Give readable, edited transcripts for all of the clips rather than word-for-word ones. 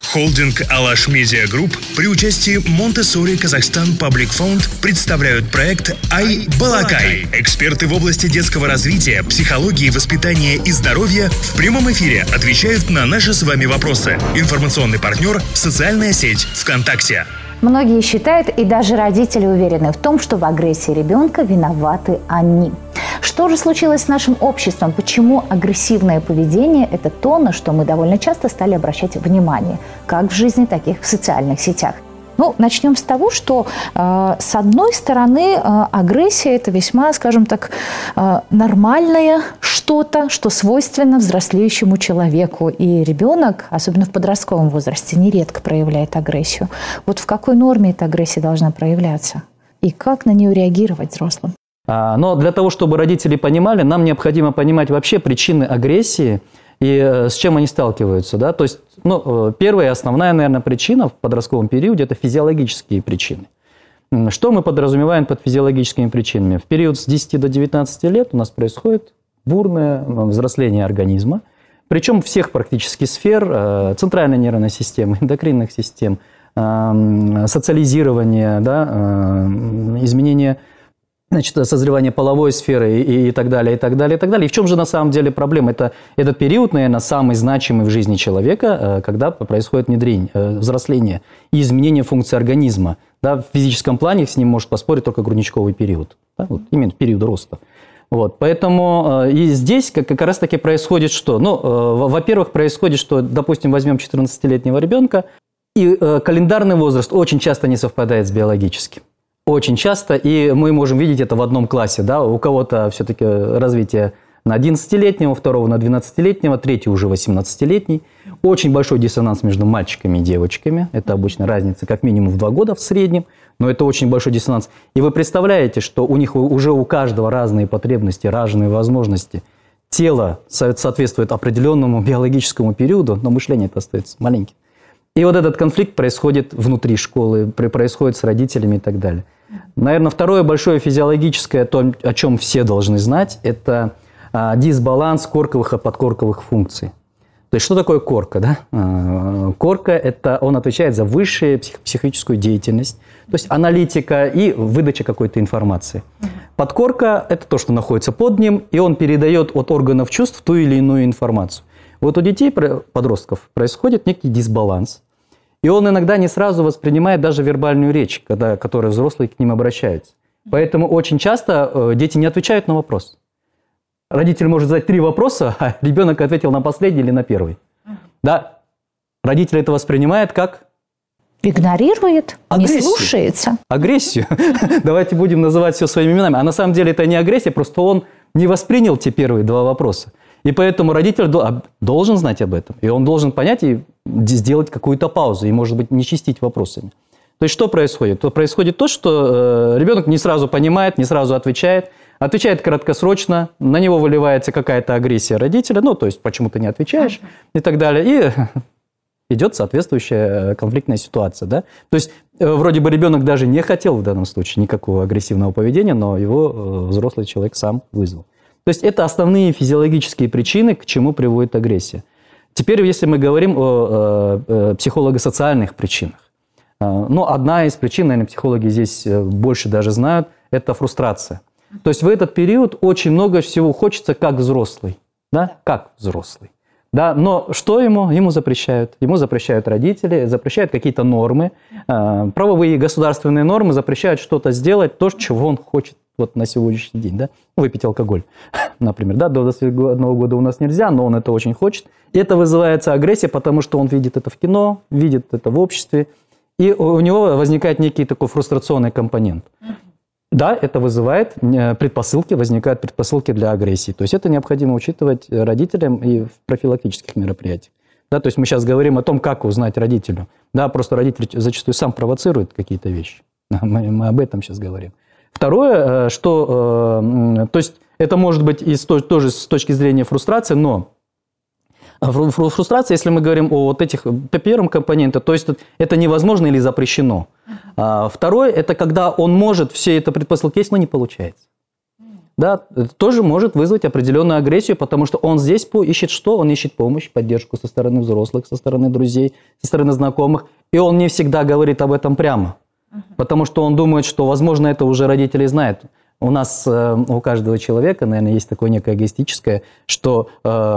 Холдинг «Алаш Медиа Групп» при участии Монтессори Казахстан Паблик Фонд представляют проект «Ай Балакай». Эксперты в области детского развития, психологии, воспитания и здоровья в прямом эфире отвечают на наши с вами вопросы. Информационный партнер – социальная сеть ВКонтакте. Многие считают, и даже родители уверены в том, что в агрессии ребенка виноваты они. Что же случилось с нашим обществом? Почему агрессивное поведение – это то, на что мы довольно часто стали обращать внимание, как в жизни, так и в социальных сетях? Начнем с того, что, с одной стороны, агрессия – это весьма, скажем так, нормальное что-то, что свойственно взрослеющему человеку. И ребенок, особенно в подростковом возрасте, нередко проявляет агрессию. Вот в какой норме эта агрессия должна проявляться? И как на нее реагировать взрослым? Но для того, чтобы родители понимали, нам необходимо понимать вообще причины агрессии и с чем они сталкиваются. Да? То есть, первая и основная, наверное, причина в подростковом периоде – это физиологические причины. Что мы подразумеваем под физиологическими причинами? В период с 10 до 19 лет у нас происходит бурное взросление организма, причем всех практически сфер, центральной нервной системы, эндокринных систем, социализирование, да, изменение, созревание половой сферы и так далее, и так далее, и так далее. И в чем же на самом деле проблема? Этот период, наверное, самый значимый в жизни человека, когда происходит внедрение, взросление и изменение функции организма. Да, в физическом плане с ним может поспорить только грудничковый период, да, именно период роста. Поэтому и здесь как раз-таки происходит что? Во-первых, происходит, что, допустим, возьмем 14-летнего ребенка, и календарный возраст очень часто не совпадает с биологическим. Очень часто, и мы можем видеть это в одном классе. Да? У кого-то все-таки развитие на 11-летнего, второго на 12-летнего, третий уже 18-летний. Очень большой диссонанс между мальчиками и девочками. Это обычно разница как минимум в 2 года в среднем, но это очень большой диссонанс. И вы представляете, что у них уже у каждого разные потребности, разные возможности. Тело соответствует определенному биологическому периоду, но мышление-то остается маленьким. И вот этот конфликт происходит внутри школы, происходит с родителями и так далее. Наверное, второе большое физиологическое, то, о чем все должны знать, это дисбаланс корковых и подкорковых функций. То есть, что такое корка? Да? Корка – это он отвечает за высшую психическую деятельность, то есть аналитика и выдача какой-то информации. Подкорка – это то, что находится под ним, и он передает от органов чувств ту или иную информацию. Вот у детей, подростков, происходит некий дисбаланс, и он иногда не сразу воспринимает даже вербальную речь, которой взрослые к ним обращаются. Поэтому очень часто дети не отвечают на вопрос. Родитель может задать 3 вопроса, а ребенок ответил на последний или на первый. Да? Родитель это воспринимает как? Игнорирует, агрессию. Не слушается. Агрессию. Давайте будем называть все своими именами. А на самом деле это не агрессия, просто он не воспринял те первые 2 вопроса. И поэтому родитель должен знать об этом. И он должен понять и сделать какую-то паузу. И, может быть, не чистить вопросами. То есть, что происходит? Происходит то, что ребенок не сразу понимает, не сразу отвечает. Отвечает краткосрочно, на него выливается какая-то агрессия родителя. То есть, почему ты не отвечаешь и так далее. И идет соответствующая конфликтная ситуация. Да? То есть, вроде бы ребенок даже не хотел в данном случае никакого агрессивного поведения, но его взрослый человек сам вызвал. То есть, это основные физиологические причины, к чему приводит агрессия. Теперь, если мы говорим о психолого-социальных причинах. Одна из причин, наверное, психологи здесь больше даже знают, это фрустрация. То есть, в этот период очень много всего хочется как взрослый. Да? Как взрослый. Да? Но что ему запрещают? Ему запрещают родители, запрещают какие-то нормы. Правовые государственные нормы запрещают что-то сделать, то, чего он хочет. На сегодняшний день, да, выпить алкоголь, например, да, до 21 года у нас нельзя, но он это очень хочет. И это вызывается агрессия, потому что он видит это в кино, видит это в обществе, и у него возникает некий такой фрустрационный компонент. Да, это вызывает возникают предпосылки для агрессии. То есть это необходимо учитывать родителям и в профилактических мероприятиях. Да, то есть мы сейчас говорим о том, как узнать родителю. Да, просто родитель зачастую сам провоцирует какие-то вещи. Мы об этом сейчас говорим. Второе, что, то есть это может быть тоже с точки зрения фрустрации, но фрустрация, если мы говорим о по первом компоненте, то есть это невозможно или запрещено. Второе, это когда он может все это предпосылки есть, но не получается. Да, это тоже может вызвать определенную агрессию, потому что он здесь ищет что? Он ищет помощь, поддержку со стороны взрослых, со стороны друзей, со стороны знакомых. И он не всегда говорит об этом прямо, потому что он думает, что, возможно, это уже родители знают. У нас, у каждого человека, наверное, есть такое некое эгоистическое, что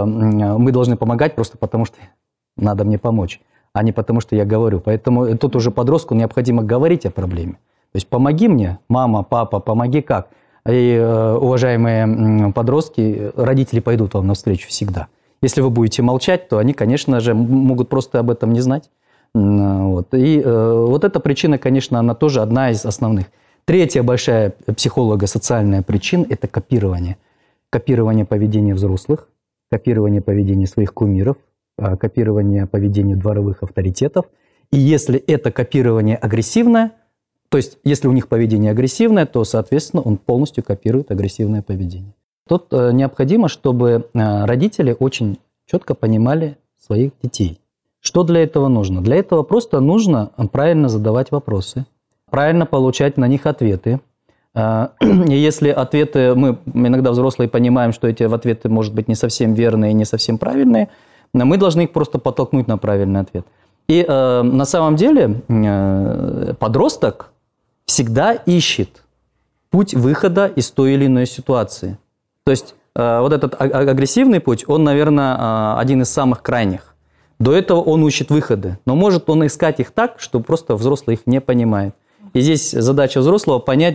мы должны помогать просто потому, что надо мне помочь, а не потому, что я говорю. Поэтому тут уже подростку необходимо говорить о проблеме. То есть помоги мне, мама, папа, помоги как. И, уважаемые подростки, родители пойдут вам навстречу всегда. Если вы будете молчать, то они, конечно же, могут просто об этом не знать. Вот. И вот эта причина, конечно, она тоже одна из основных. Третья большая психолого-социальная причина – это копирование. Копирование поведения взрослых, копирование поведения своих кумиров, копирование поведения дворовых авторитетов. И если это копирование агрессивное, то есть, если у них поведение агрессивное, то, соответственно, он полностью копирует агрессивное поведение. Тут необходимо, чтобы родители очень четко понимали своих детей. Что для этого нужно? Для этого просто нужно правильно задавать вопросы, правильно получать на них ответы. И если ответы, мы иногда взрослые понимаем, что эти ответы, может быть, не совсем верные, не совсем правильные, мы должны их просто подтолкнуть на правильный ответ. И на самом деле подросток всегда ищет путь выхода из той или иной ситуации. То есть вот этот агрессивный путь, он, наверное, один из самых крайних. До этого он ищет выходы, но может он искать их так, что просто взрослый их не понимает. И здесь задача взрослого понять,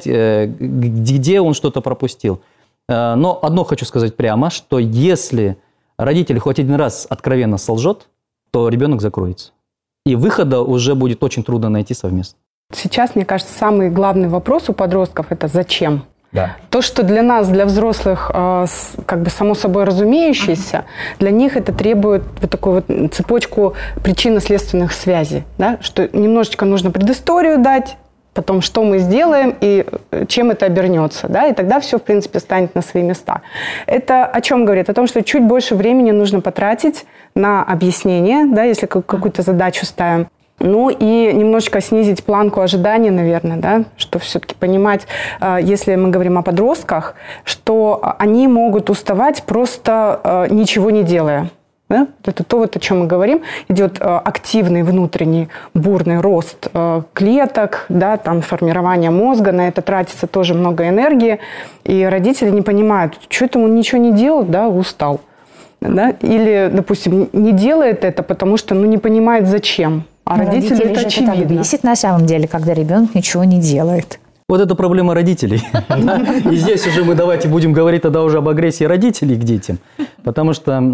где он что-то пропустил. Но одно хочу сказать прямо, что если родитель хоть один раз откровенно солжет, то ребенок закроется. И выхода уже будет очень трудно найти совместно. Сейчас, мне кажется, самый главный вопрос у подростков – это «зачем?». Да. То, что для нас, для взрослых, как бы само собой разумеющееся, для них это требует вот такую вот цепочку причинно-следственных связей. Да? Что немножечко нужно предысторию дать, потом что мы сделаем и чем это обернется. Да? И тогда все, в принципе, станет на свои места. Это о чем говорит? О том, что чуть больше времени нужно потратить на объяснение, да, если какую-то задачу ставим. Ну и немножечко снизить планку ожиданий, наверное, да, что все-таки понимать, если мы говорим о подростках, что они могут уставать просто ничего не делая. Да? Это то, вот, о чем мы говорим. Идет активный внутренний бурный рост клеток, да, там формирование мозга, на это тратится тоже много энергии. И родители не понимают, что это он ничего не делал, да, устал. Да? Или, допустим, не делает это, потому что не понимает, зачем. А родители это очевидно. Это так бесит на самом деле, когда ребенок ничего не делает. Вот это проблема родителей. И здесь уже мы давайте будем говорить тогда уже об агрессии родителей к детям. Потому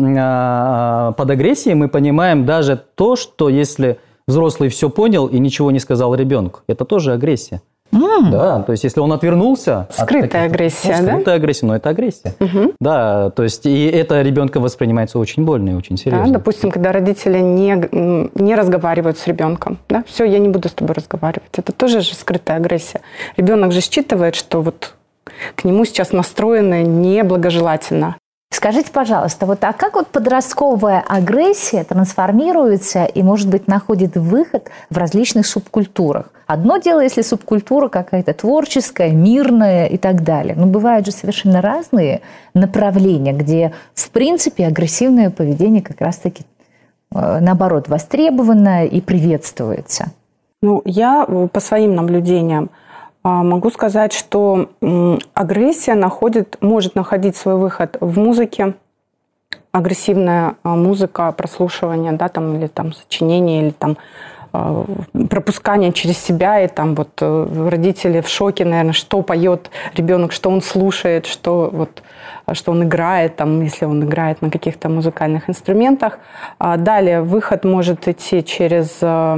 что под агрессией мы понимаем даже то, что если взрослый все понял и ничего не сказал ребенку, это тоже агрессия. Да, то есть если он отвернулся... Скрытая агрессия, да? Скрытая агрессия, но это агрессия. Да, то есть и это ребенком воспринимается очень больно и очень серьезно. Да, допустим, когда родители не разговаривают с ребенком. Да? Все, я не буду с тобой разговаривать. Это тоже же скрытая агрессия. Ребенок же считывает, что вот к нему сейчас настроено неблагожелательно. Скажите, пожалуйста, а как подростковая агрессия трансформируется и, может быть, находит выход в различных субкультурах? Одно дело, если субкультура какая-то творческая, мирная и так далее. Но бывают же совершенно разные направления, где, в принципе, агрессивное поведение как раз-таки, наоборот, востребовано и приветствуется. Я по своим наблюдениям могу сказать, что агрессия может находить свой выход в музыке. Агрессивная музыка, прослушивание, да, там, или там, сочинение, или там, пропускание через себя. И там вот родители в шоке, наверное, что поет ребенок, что он слушает, что он играет, там, если он играет на каких-то музыкальных инструментах. Далее выход может идти через...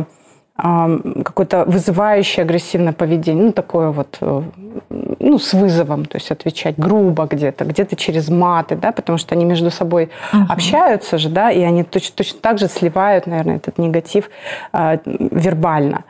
какое-то вызывающее агрессивное поведение, такое вот, с вызовом, то есть отвечать грубо где-то через маты, да, потому что они между собой общаются же, да, и они точно так же сливают, наверное, этот негатив вербально.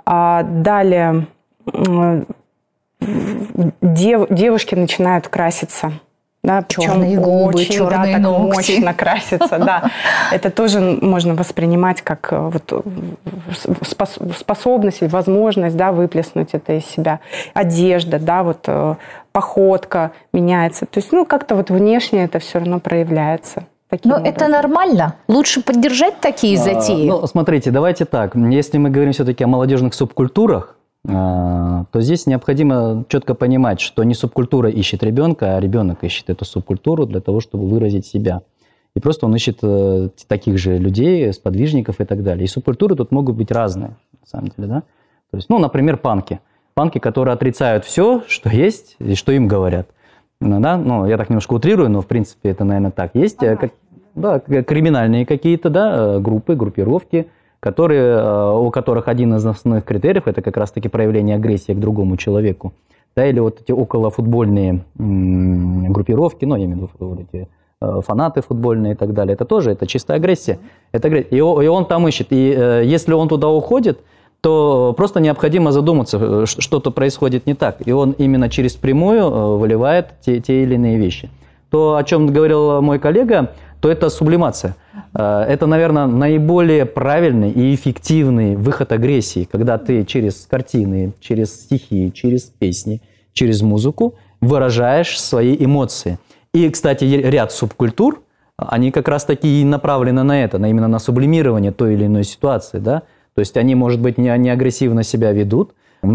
Далее девушки начинают краситься. Да, черные губы, очень, черные так ногти. мощно краситься, да. Это тоже можно воспринимать как вот способность или возможность, да, выплеснуть это из себя. Одежда, да, вот походка меняется. То есть, как-то вот внешне это все равно проявляется. Но это нормально. Лучше поддержать такие затеи. Смотрите, давайте так. Если мы говорим все-таки о молодежных субкультурах, то здесь необходимо четко понимать, что не субкультура ищет ребенка, а ребенок ищет эту субкультуру для того, чтобы выразить себя. И просто он ищет таких же людей, сподвижников и так далее. И субкультуры тут могут быть разные, на самом деле, да? То есть, например, панки. Панки, которые отрицают все, что есть и что им говорят. Да? Я так немножко утрирую, но в принципе это, наверное, так. Есть криминальные какие-то, да, группировки, у которых один из основных критериев – это как раз-таки проявление агрессии к другому человеку. Да, или вот эти околофутбольные группировки, я имею в виду эти фанаты футбольные и так далее, это чистая агрессия. И он там ищет. И если он туда уходит, то просто необходимо задуматься, что-то происходит не так. И он именно через прямую выливает те или иные вещи. То, о чем говорил мой коллега, то это сублимация. Это, наверное, наиболее правильный и эффективный выход агрессии, когда ты через картины, через стихи, через песни, через музыку выражаешь свои эмоции. И, кстати, ряд субкультур, они как раз-таки и направлены на это, именно на сублимирование той или иной ситуации, да? То есть они, может быть, не агрессивно себя ведут,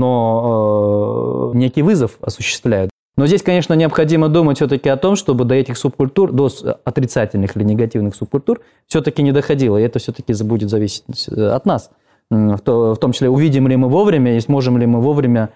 но некий вызов осуществляют. Но здесь, конечно, необходимо думать все-таки о том, чтобы до этих субкультур, до отрицательных или негативных субкультур все-таки не доходило. И это все-таки будет зависеть от нас. В том числе, увидим ли мы вовремя и сможем ли мы вовремя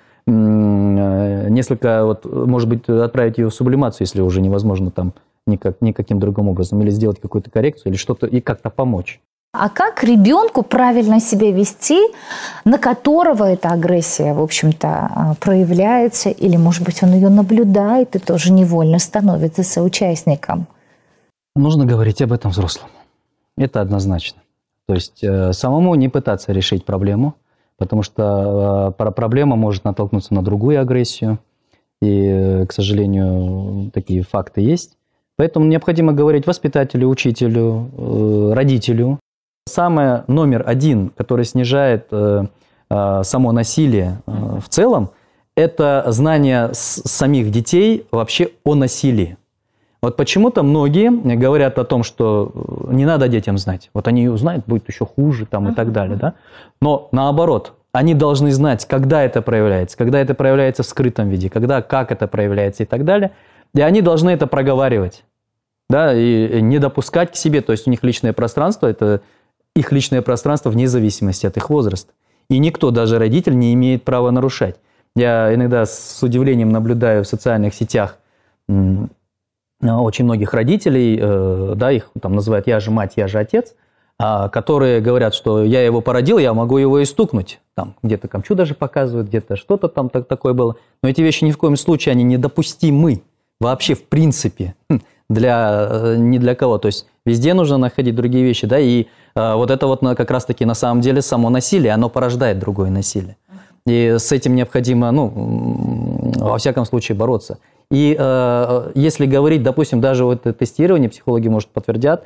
несколько, может быть, отправить ее в сублимацию, если уже невозможно там никаким другим образом, или сделать какую-то коррекцию, или что-то, и как-то помочь. А как ребенку правильно себя вести, на которого эта агрессия, в общем-то, проявляется, или, может быть, он ее наблюдает и тоже невольно становится соучастником? Нужно говорить об этом взрослому. Это однозначно. То есть самому не пытаться решить проблему, потому что проблема может натолкнуться на другую агрессию, и, к сожалению, такие факты есть. Поэтому необходимо говорить воспитателю, учителю, родителю. Самое номер один, который снижает само насилие в целом, это знание самих детей вообще о насилии. Вот почему-то многие говорят о том, что не надо детям знать. Вот они узнают, будет еще хуже там, и так далее. Да? Но наоборот, они должны знать, когда это проявляется в скрытом виде, как это проявляется и так далее. И они должны это проговаривать, да, и не допускать к себе. То есть у них личное пространство – это их личное пространство вне зависимости от их возраста. И никто, даже родитель, не имеет права нарушать. Я иногда с удивлением наблюдаю в социальных сетях очень многих родителей, да, их там называют «я же мать, я же отец», которые говорят, что я его породил, я могу его и стукнуть. Там где-то камчу даже показывают, где-то что-то там такое было. Но эти вещи ни в коем случае, они недопустимы вообще в принципе ни для кого. То есть везде нужно находить другие вещи, да, и вот это вот как раз-таки на самом деле само насилие, оно порождает другое насилие. И с этим необходимо, во всяком случае, бороться. И если говорить, допустим, даже вот тестирование, психологи, может, подтвердят,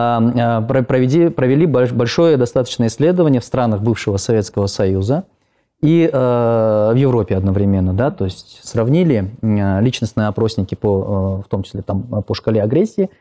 провели большое достаточно исследование в странах бывшего Советского Союза и в Европе одновременно, да, то есть сравнили личностные опросники в том числе там, по шкале агрессии,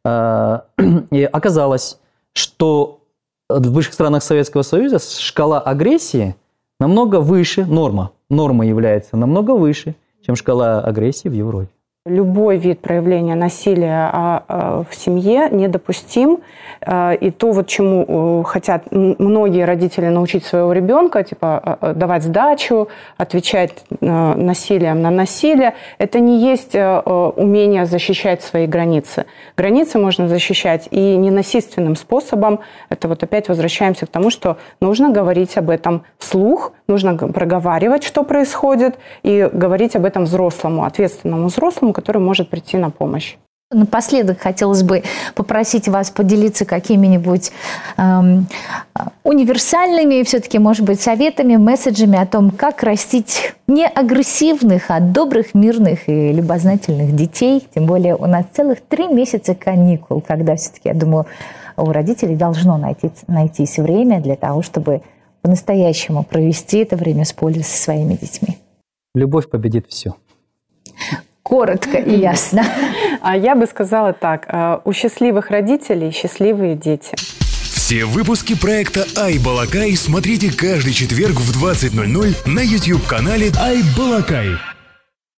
и оказалось, что в бывших странах Советского Союза шкала агрессии намного выше, норма является намного выше, чем шкала агрессии в Европе. Любой вид проявления насилия в семье недопустим. И то, вот чему хотят многие родители научить своего ребенка, типа давать сдачу, отвечать насилием на насилие, это не есть умение защищать свои границы. Границы можно защищать и ненасильственным способом. Это вот опять возвращаемся к тому, что нужно говорить об этом вслух, нужно проговаривать, что происходит, и говорить об этом взрослому, ответственному взрослому, который может прийти на помощь. Напоследок хотелось бы попросить вас поделиться какими-нибудь универсальными, все-таки, может быть, советами, месседжами о том, как растить не агрессивных, а добрых, мирных и любознательных детей. Тем более у нас целых 3 месяца каникул, когда все-таки, я думаю, у родителей должно найтись время для того, чтобы по-настоящему провести это время с пользой со своими детьми. Любовь победит все. Коротко и ясно. А я бы сказала так. У счастливых родителей счастливые дети. Все выпуски проекта «Ай Балакай» смотрите каждый четверг в 20:00 на YouTube-канале «Ай Балакай».